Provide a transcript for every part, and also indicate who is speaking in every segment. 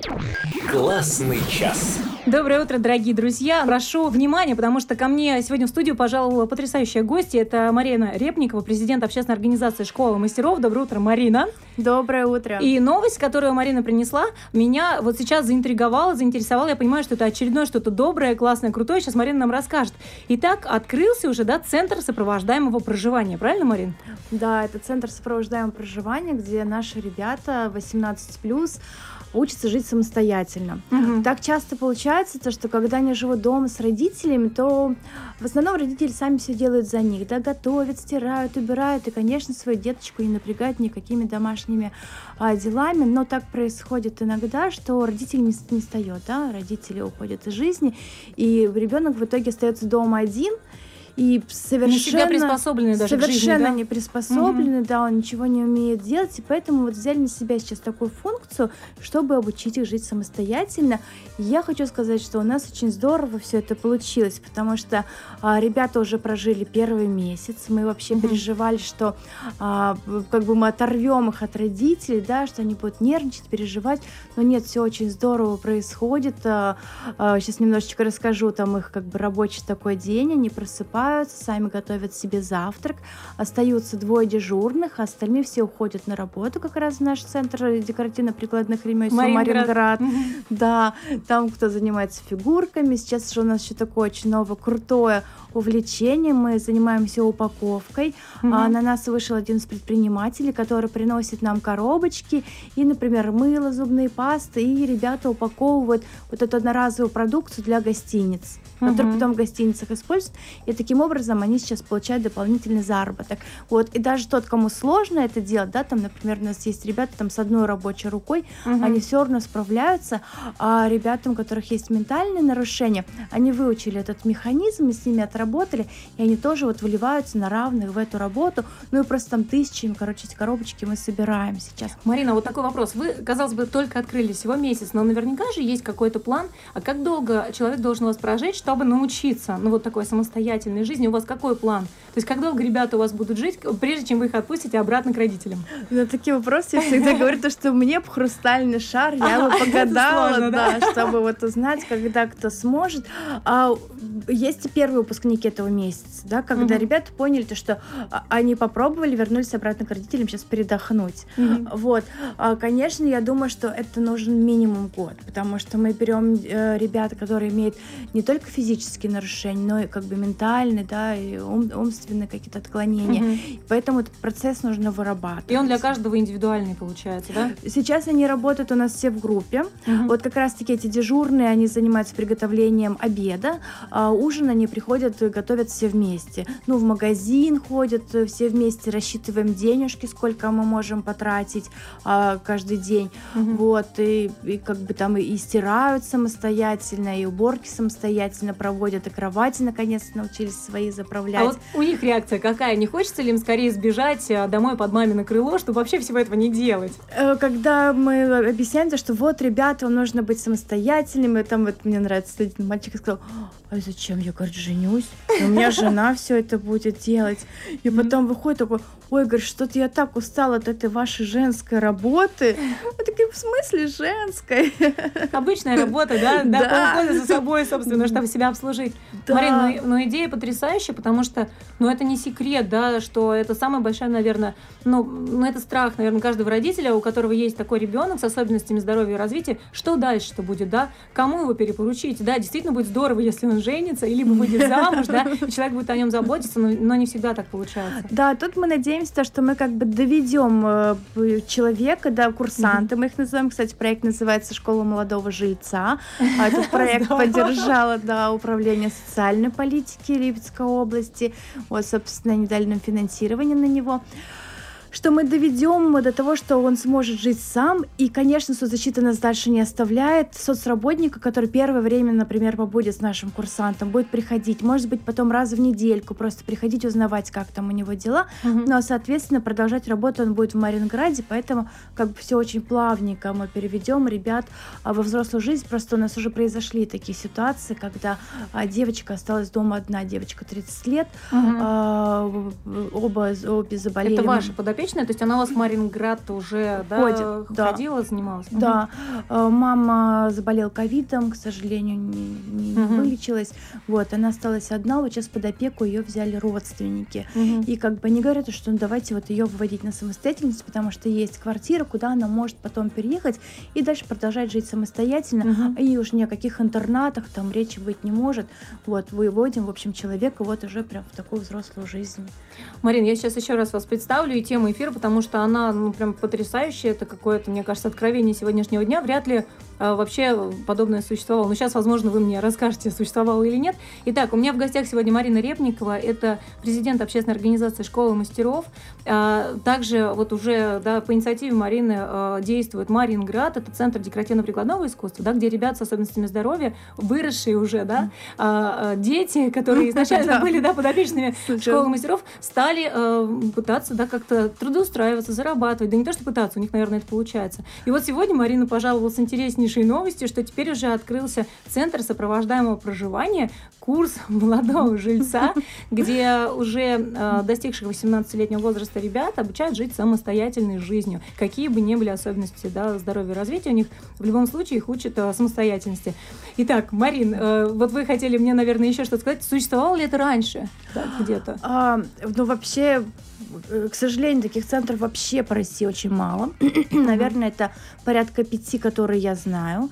Speaker 1: Классный час.
Speaker 2: Доброе утро, дорогие друзья. Прошу внимания, потому что ко мне сегодня в студию пожаловала потрясающая гостья. Это Марина Репникова, президент общественной организации «Школа мастеров». Доброе утро, Марина.
Speaker 3: Доброе утро.
Speaker 2: И новость, которую Марина принесла, меня вот сейчас заинтриговала, заинтересовала. Я понимаю, что это очередное что-то доброе, классное, крутое. Сейчас Марина нам расскажет. Итак, открылся уже, Центр сопровождаемого проживания. Правильно, Марин?
Speaker 3: Да, это Центр сопровождаемого проживания, где наши ребята 18+, учатся жить самостоятельно. Так часто получается, что когда они живут дома с родителями, то в основном родители сами все делают за них, готовят, стирают, убирают, и, конечно, свою деточку не напрягают никакими домашними делами, но так происходит иногда, что родитель не встает, родители уходят из жизни, и ребенок в итоге остается дома один, и совершенно
Speaker 2: приспособленный даже
Speaker 3: совершенно
Speaker 2: к жизни, да?
Speaker 3: не приспособленный, он ничего не умеет делать, и поэтому взяли на себя сейчас такую функцию, чтобы обучить их жить самостоятельно. И я хочу сказать, что у нас очень здорово все это получилось, потому что ребята уже прожили первый месяц, мы вообще переживали, что мы оторвем их от родителей, что они будут нервничать, переживать, но нет, все очень здорово происходит. Сейчас немножечко расскажу, там их рабочий такой день, они просыпаются, сами готовят себе завтрак, остаются 2 дежурных, остальные все уходят на работу как раз в наш центр декоративно-прикладных ремесел Маринград. Да, там кто занимается фигурками. Сейчас же у нас еще такое очень новое, крутое увлечение. Мы занимаемся упаковкой. На нас вышел один из предпринимателей, который приносит нам коробочки и, например, мыло, зубные пасты, и ребята упаковывают вот эту одноразовую продукцию для гостиниц, которую потом в гостиницах используют. И таким образом они сейчас получают дополнительный заработок. И даже тот, кому сложно это делать, там, например, у нас есть ребята с одной рабочей рукой, они все равно справляются, а ребятам, у которых есть ментальные нарушения, они выучили этот механизм, и с ними отработали, и они тоже выливаются на равных в эту работу. И просто тысячами, эти коробочки мы собираем сейчас.
Speaker 2: Марина, такой вопрос. Вы, казалось бы, только открыли всего месяц, но наверняка же есть какой-то план, а как долго человек должен у вас прожить, чтобы научиться, такой самостоятельной жизни? У вас какой план? То есть как долго ребята у вас будут жить, прежде чем вы их отпустите обратно к родителям?
Speaker 3: На такие вопросы я всегда говорю, что мне бы хрустальный шар, я бы погадала, чтобы узнать, когда кто сможет. Есть и первые выпускники этого месяца, когда ребята поняли, что они попробовали, вернулись обратно к родителям, сейчас передохнуть. Конечно, я думаю, что это нужен минимум год, потому что мы берем ребят, которые имеют не только физические нарушения, но и ментальные, и умственные какие-то отклонения. Поэтому этот процесс нужно вырабатывать.
Speaker 2: И он для каждого индивидуальный получается, да?
Speaker 3: Сейчас они работают у нас все в группе. Как раз-таки эти дежурные, они занимаются приготовлением обеда, а ужин они приходят и готовят все вместе. В магазин ходят все вместе, рассчитываем денежки, сколько мы можем потратить каждый день. И там и стирают самостоятельно, и уборки самостоятельно проводят, и кровати наконец-то научились свои заправлять.
Speaker 2: А у них реакция какая? Не хочется ли им скорее сбежать домой под мамино крыло, чтобы вообще всего этого не делать?
Speaker 3: Когда мы объясняем, что ребята, вам нужно быть самостоятельными, мне нравится, один мальчик сказал: а зачем? Я, женюсь, у меня жена все это будет делать. И потом выходит такой: ой, говорит, что-то я так устала от этой вашей женской работы. Мы такие: в смысле женской?
Speaker 2: Обычная работа, по уходу за собой, собственно, чтобы себя обслужить. Марин, идея потрясающая, потому что, это не секрет, что это самая большая, наверное, это страх, наверное, каждого родителя, у которого есть такой ребенок с особенностями здоровья и развития. Что дальше-то будет, Кому его перепоручить? Действительно будет здорово, если он женится, либо выйдет замуж, и человек будет о нем заботиться, но не всегда так получается.
Speaker 3: Да, тут мы надеемся, что мы доведем человека, курсанты, мы их называем. Кстати, проект называется «Школа молодого жильца». Этот проект поддержало Управление социальной политики Липецкой области. Собственно, они дали нам финансирование на него. Что мы доведем до того, что он сможет жить сам. И, конечно, соцзащита нас дальше не оставляет. Соцработника, который первое время, например, побудет с нашим курсантом, будет приходить, может быть, потом раз в недельку, просто приходить, узнавать, как там у него дела. Но, соответственно, продолжать работу он будет в Маринграде, поэтому все очень плавненько мы переведем ребят во взрослую жизнь. Просто у нас уже произошли такие ситуации, когда девочка осталась дома одна, девочка 30 лет, обе заболели.
Speaker 2: Это ваши подопечные? подопечная, то есть она у вас в Маринград уже ходила, занималась?
Speaker 3: Да, мама заболела ковидом, к сожалению, не вылечилась. Вот, она осталась одна, вот сейчас под опеку ее взяли родственники. И как бы они говорят, что давайте вот ее выводить на самостоятельность, потому что есть квартира, куда она может потом переехать и дальше продолжать жить самостоятельно. И уж ни о каких интернатах там речи быть не может. Вот, выводим, в общем, человека вот уже прям в такую взрослую жизнь.
Speaker 2: Марин, я сейчас еще раз вас представлю и тему эфира, потому что она прям потрясающая. Это какое-то, мне кажется, откровение сегодняшнего дня. Вряд ли вообще подобное существовало. Но сейчас, возможно, вы мне расскажете, существовало или нет. Итак, у меня в гостях сегодня Марина Репникова. Это президент общественной организации «Школа мастеров». Также вот уже по инициативе Марины действует Маринград. Это центр декоративно-прикладного искусства, где ребята с особенностями здоровья, выросшие уже, дети, которые изначально были подопечными «Школы мастеров», стали пытаться как-то трудоустраиваться, зарабатывать. Да не то, что пытаться, у них, наверное, это получается. И вот сегодня Марина пожаловала с интереснейшей новостью, что теперь уже открылся центр сопровождаемого проживания, курс молодого жильца, где уже достигших 18-летнего возраста ребят обучают жить самостоятельной жизнью. Какие бы ни были особенности здоровья и развития у них, в любом случае их учат самостоятельности. Итак, Марин, вот вы хотели мне, наверное, еще что-то сказать. Существовало ли это раньше где-то?
Speaker 3: Ну, вообще, к сожалению, таких центров вообще по России очень мало. Наверное, это порядка 5, которые я знаю.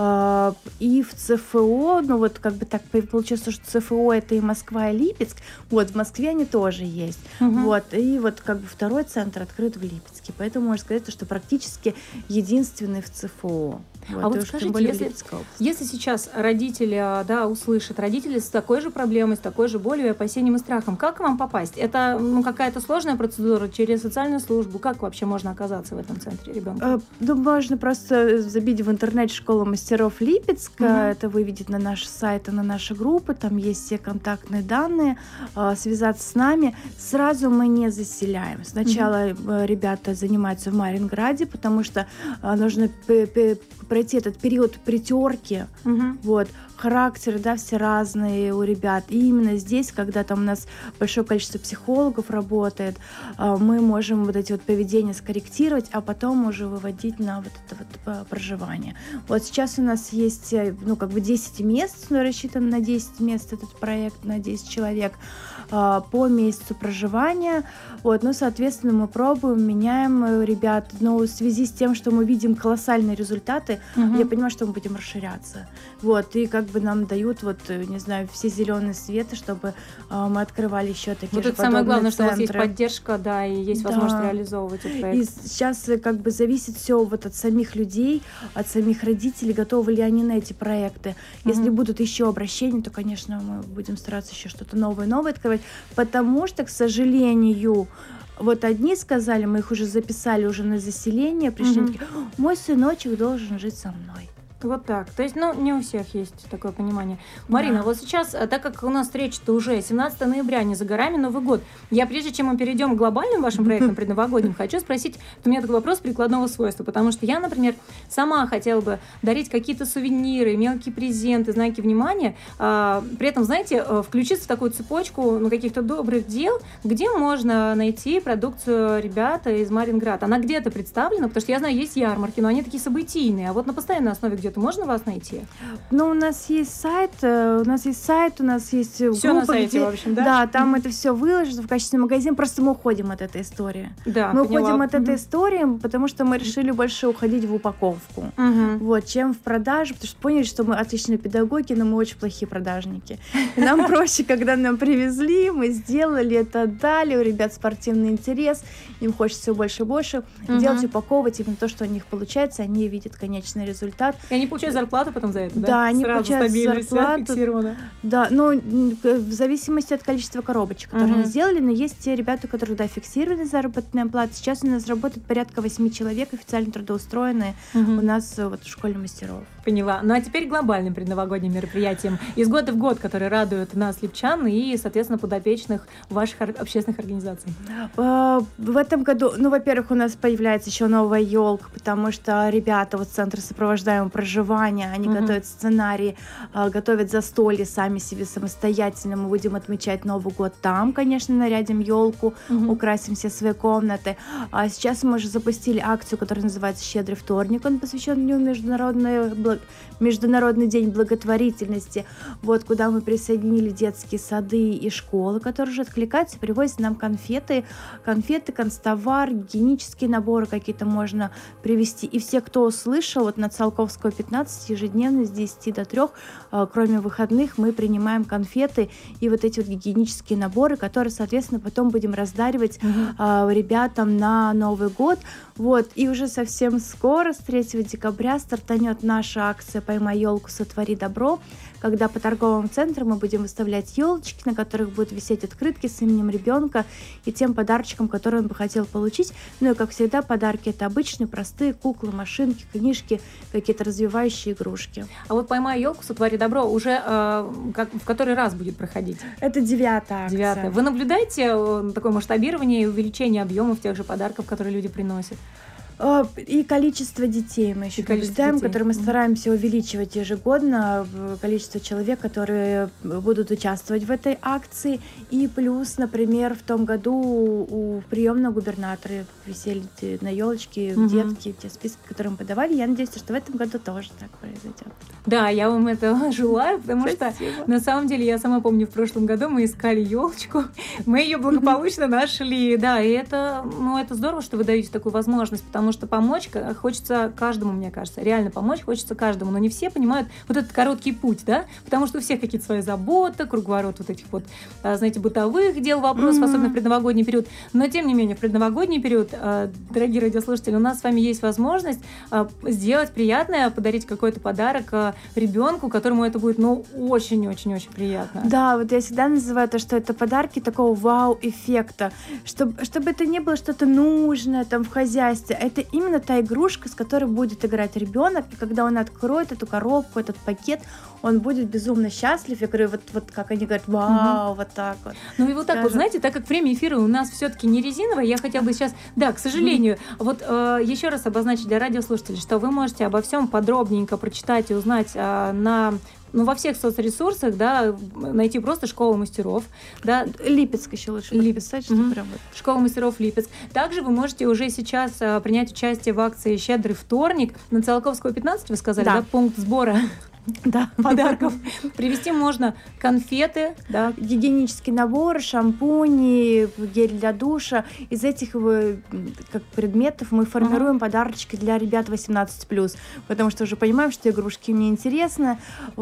Speaker 3: И в ЦФО, ну вот как бы так получилось, что ЦФО это и Москва, и Липецк. Вот, в Москве они тоже есть. Вот, и вот как бы второй центр открыт в Липецке. Поэтому можно сказать, что практически единственный в ЦФО.
Speaker 2: Вот скажите, если сейчас родители услышат, родители с такой же проблемой, с такой же болью, опасением и страхом, как к вам попасть? Это какая-то сложная процедура через социальную службу? Как вообще можно оказаться в этом центре ребенка?
Speaker 3: Можно просто забить в интернете «Школа мастеров Липецка». Это выведет на наш сайт и на наши группы. Там есть все контактные данные. Связаться с нами. Сразу мы не заселяем. Сначала ребята занимаются в Маринграде, потому что нужно пройти этот период притерки, вот, характеры, все разные у ребят. И именно здесь, когда там у нас большое количество психологов работает, мы можем вот эти вот поведения скорректировать, а потом уже выводить на вот это вот проживание. Вот сейчас у нас есть, 10 мест, рассчитан на 10 мест этот проект, на 10 человек по месяцу проживания. Вот, соответственно, мы пробуем, меняем ребят, но в связи с тем, что мы видим колоссальные результаты, я понимаю, что мы будем расширяться. Вот, и как бы нам дают, все зеленые светы, чтобы мы открывали еще такие же подобные центры.
Speaker 2: Вот это самое главное, что у вас есть поддержка, и есть возможность реализовывать этот проект.
Speaker 3: И сейчас как бы зависит все от самих людей, от самих родителей, готовы ли они на эти проекты. Если будут еще обращения, то, конечно, мы будем стараться еще что-то новое открывать, потому что, к сожалению, вот одни сказали, мы их уже записали уже на заселение, пришли, такие: мой сыночек должен жить со мной.
Speaker 2: Вот так. То есть, не у всех есть такое понимание. Марина, вот сейчас, так как у нас встреча-то уже 17 ноября, не за горами Новый год, я, прежде чем мы перейдем к глобальным вашим проектам предновогодним, хочу спросить, у меня такой вопрос прикладного свойства, потому что я, например, сама хотела бы дарить какие-то сувениры, мелкие презенты, знаки внимания, при этом, знаете, включиться в такую цепочку каких-то добрых дел, где можно найти продукцию ребята из Маринграда. Она где-то представлена, потому что я знаю, есть ярмарки, но они такие событийные, а вот на постоянной основе где-то можно вас найти?
Speaker 3: У нас есть сайт, у нас есть
Speaker 2: все
Speaker 3: группа,
Speaker 2: на сайте, в общем, да?
Speaker 3: Да, там это все выложено в качестве магазина, просто мы уходим от этой истории.
Speaker 2: Да,
Speaker 3: мы уходим от этой истории, потому что мы решили больше уходить в упаковку, чем в продажу, потому что поняли, что мы отличные педагоги, но мы очень плохие продажники. И нам проще, когда нам привезли, мы сделали это, отдали, у ребят спортивный интерес, им хочется все больше и больше делать, упаковывать именно то, что у них получается, они видят конечный результат.
Speaker 2: И они получают зарплату потом за это, да?
Speaker 3: Да, они
Speaker 2: сразу
Speaker 3: получают зарплату. Да, в зависимости от количества коробочек, которые они сделали, но есть те ребята, у которых, фиксированная заработная плата. Сейчас у нас работает порядка 8 человек, официально трудоустроенные у нас в школе мастеров.
Speaker 2: Поняла. Ну а теперь глобальным предновогодним мероприятием из года в год, которые радуют нас, липчан, и, соответственно, подопечных ваших общественных организаций.
Speaker 3: В этом году, во-первых, у нас появляется еще новая елка, потому что ребята Центра сопровождаемого проживания проживания, они готовят сценарии, готовят застолье сами себе самостоятельно. Мы будем отмечать Новый год там, конечно, нарядим елку, украсим все свои комнаты. А сейчас мы уже запустили акцию, которая называется «Щедрый вторник». Он посвящен Дню Международный день благотворительности. Вот, куда мы присоединили детские сады и школы, которые уже откликаются, привозят нам конфеты, констовар, гигиенические наборы какие-то можно привезти. И все, кто услышал, вот на Циолковского 15 ежедневно с 10 до 3, кроме выходных, мы принимаем конфеты и вот эти вот гигиенические наборы, которые, соответственно, потом будем раздаривать ребятам на Новый год. Вот, и уже совсем скоро, с 3 декабря, стартанет наша акция «Поймай елку, сотвори добро», когда по торговым центрам мы будем выставлять елочки, на которых будут висеть открытки с именем ребенка и тем подарочком, который он бы хотел получить. Ну и, как всегда, подарки — это обычные, простые куклы, машинки, книжки, какие-то развивающие игрушки.
Speaker 2: А вот «Поймай елку, сотвори добро» уже в который раз будет проходить?
Speaker 3: Это 9-я акция.
Speaker 2: 9-я. Вы наблюдаете такое масштабирование и увеличение объемов тех же подарков, которые люди приносят?
Speaker 3: И количество детей мы еще наблюдаем, которые мы стараемся увеличивать ежегодно, количество человек, которые будут участвовать в этой акции. И плюс, например, в том году у приемного губернатора висели на елочке детки, те списки, которые мы подавали. Я надеюсь, что в этом году тоже так произойдет.
Speaker 2: Да, я вам этого желаю, потому что на самом деле я сама помню, в прошлом году мы искали елочку, мы ее благополучно нашли. Да, и это здорово, что вы даете такую возможность, потому что помочь хочется каждому, мне кажется. Реально помочь хочется каждому, но не все понимают вот этот короткий путь, да, потому что у всех какие-то свои заботы, круговорот вот этих вот, знаете, бытовых дел, вопросов, особенно в предновогодний период. Но, тем не менее, в предновогодний период, дорогие радиослушатели, у нас с вами есть возможность сделать приятное, подарить какой-то подарок ребенку, которому это будет, очень-очень-очень приятно.
Speaker 3: Да, вот я всегда называю то, что это подарки такого вау-эффекта, чтобы это не было что-то нужное там в хозяйстве, это именно та игрушка, с которой будет играть ребенок, и когда он откроет эту коробку, этот пакет, он будет безумно счастлив. Я говорю, вот как они говорят, вау, вот так вот.
Speaker 2: Ну и вот так вот, знаете, так как время эфира у нас все-таки не резиновое, я хотела бы сейчас, да, к сожалению, вот еще раз обозначить для радиослушателей, что вы можете обо всем подробненько прочитать и узнать во всех соцресурсах, да, найти просто «Школа мастеров». Да.
Speaker 3: Липецк еще лучше написать, что прям вот.
Speaker 2: «Школа мастеров Липецк». Также вы можете уже сейчас принять участие в акции «Щедрый вторник». На Циолковского 15, вы сказали, да, пункт сбора. Да, подарков. Привезти можно конфеты, да.
Speaker 3: Гигиенический набор, шампуни, гель для душа. Из этих как предметов мы формируем подарочки для ребят 18+, потому что уже понимаем, что игрушки мне интересны,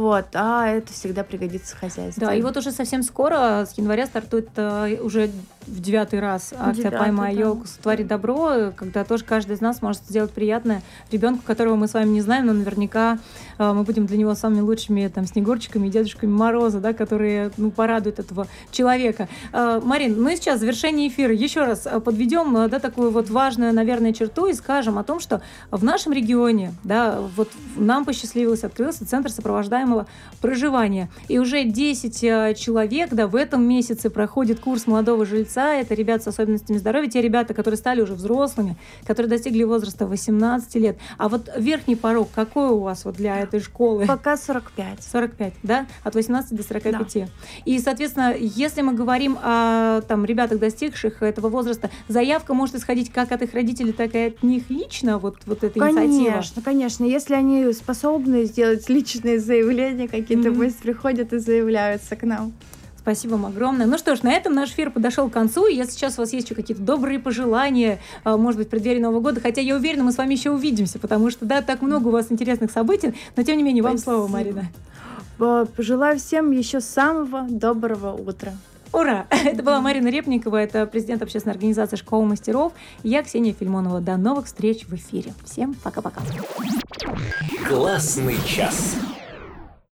Speaker 3: а это всегда пригодится в хозяйстве.
Speaker 2: Да, и вот уже совсем скоро, с января, стартует уже в 9-й раз акция «Поймай елку, сотвори добро», когда тоже каждый из нас может сделать приятное ребенку, которого мы с вами не знаем, но наверняка мы будем для него самыми лучшими Снегурчиками и Дедушками Мороза, да, которые порадуют этого человека. Марин, мы сейчас в завершении эфира еще раз подведем такую вот важную, наверное, черту и скажем о том, что в нашем регионе, да, вот нам посчастливилось, открылся центр сопровождаемого проживания. И уже 10 человек, да, в этом месяце проходит курс молодого жильца. Это ребята с особенностями здоровья, те ребята, которые стали уже взрослыми, которые достигли возраста 18 лет. А вот верхний порог какой у вас вот для этой школы?
Speaker 3: Пока 45.
Speaker 2: 45, да? От 18 до 45.
Speaker 3: Да.
Speaker 2: И, соответственно, если мы говорим о ребятах, достигших этого возраста, заявка может исходить как от их родителей, так и от них лично, вот эта инициатива?
Speaker 3: Конечно. Если они способны сделать личные заявления какие-то, пусть приходят и заявляются к нам.
Speaker 2: Спасибо вам огромное. Ну что ж, на этом наш эфир подошел к концу. И если сейчас у вас есть еще какие-то добрые пожелания, может быть, в преддверии Нового года, хотя я уверена, мы с вами еще увидимся, потому что, да, так много у вас интересных событий, но тем не менее, вам слово, Марина.
Speaker 3: Пожелаю всем еще самого доброго утра.
Speaker 2: Ура! Это была Марина Репникова, это президент общественной организации «Школа мастеров». Я Ксения Филимонова. До новых встреч в эфире. Всем пока-пока.
Speaker 1: Классный час.